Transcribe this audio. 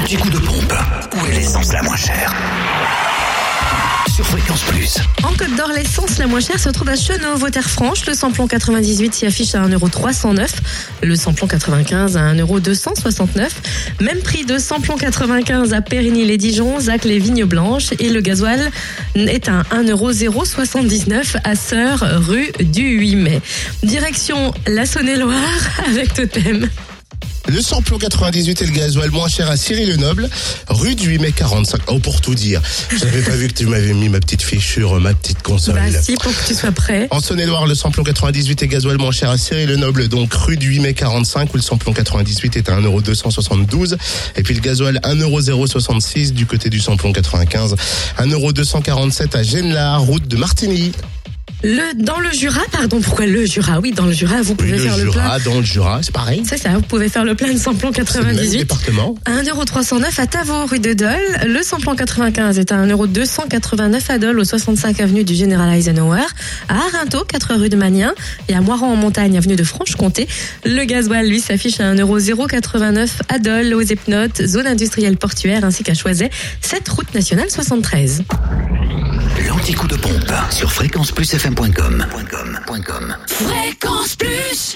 L'anti-coup de pompe. Où est l'essence la moins chère? Sur Fréquence Plus. En Côte d'Or, l'essence la moins chère se trouve à Chenôve-Terre-Franche. Le samplon 98 s'y affiche à 1,309 €. Le samplon 95 à 1,269 €. Même prix de samplon 95 à Périgny-les-Dijon, Zac-les-Vignes-Blanches. Et le gasoil est à 1,079 € à Sœur, rue du 8 mai. Direction la Saône-et-Loire avec Totem. Le samplon 98 et le gasoil moins cher à Cyril-le-Noble, rue du 8 mai 45. Oh, pour tout dire. J'avais pas vu que tu m'avais mis ma petite fiche sur ma petite console. Bah si, pour que tu sois prêt. En Saône-et-Loire, le samplon 98 et gasoil moins cher à Cyril-le-Noble, donc rue du 8 mai 45, où le samplon 98 est à 1,272 €. Et puis le gasoil 1,066 € du côté du samplon 95. 1,247 € à Genelard, route de Martigny. Dans le Jura, pardon, pourquoi le Jura? Oui, dans le Jura, vous pouvez faire le plein. Dans le Jura, c'est pareil. C'est ça, vous pouvez faire le plein de samplon 98. C'est le même département. À 1,309 € à Tavaux, rue de Dole. Le samplon 95 est à 1,289 € à Dole, au 65 avenue du Général Eisenhower. À Arinthod, 4 rue de Magnin. Et à Moiran en Montagne, avenue de Franche-Comté. Le gasoil, lui, s'affiche à 1,089 € à Dole, aux Epnotes, zone industrielle portuaire, ainsi qu'à Choiset, 7 route nationale 73. L'anti-coup de pompe sur fréquenceplusfm.com. Fréquence Plus.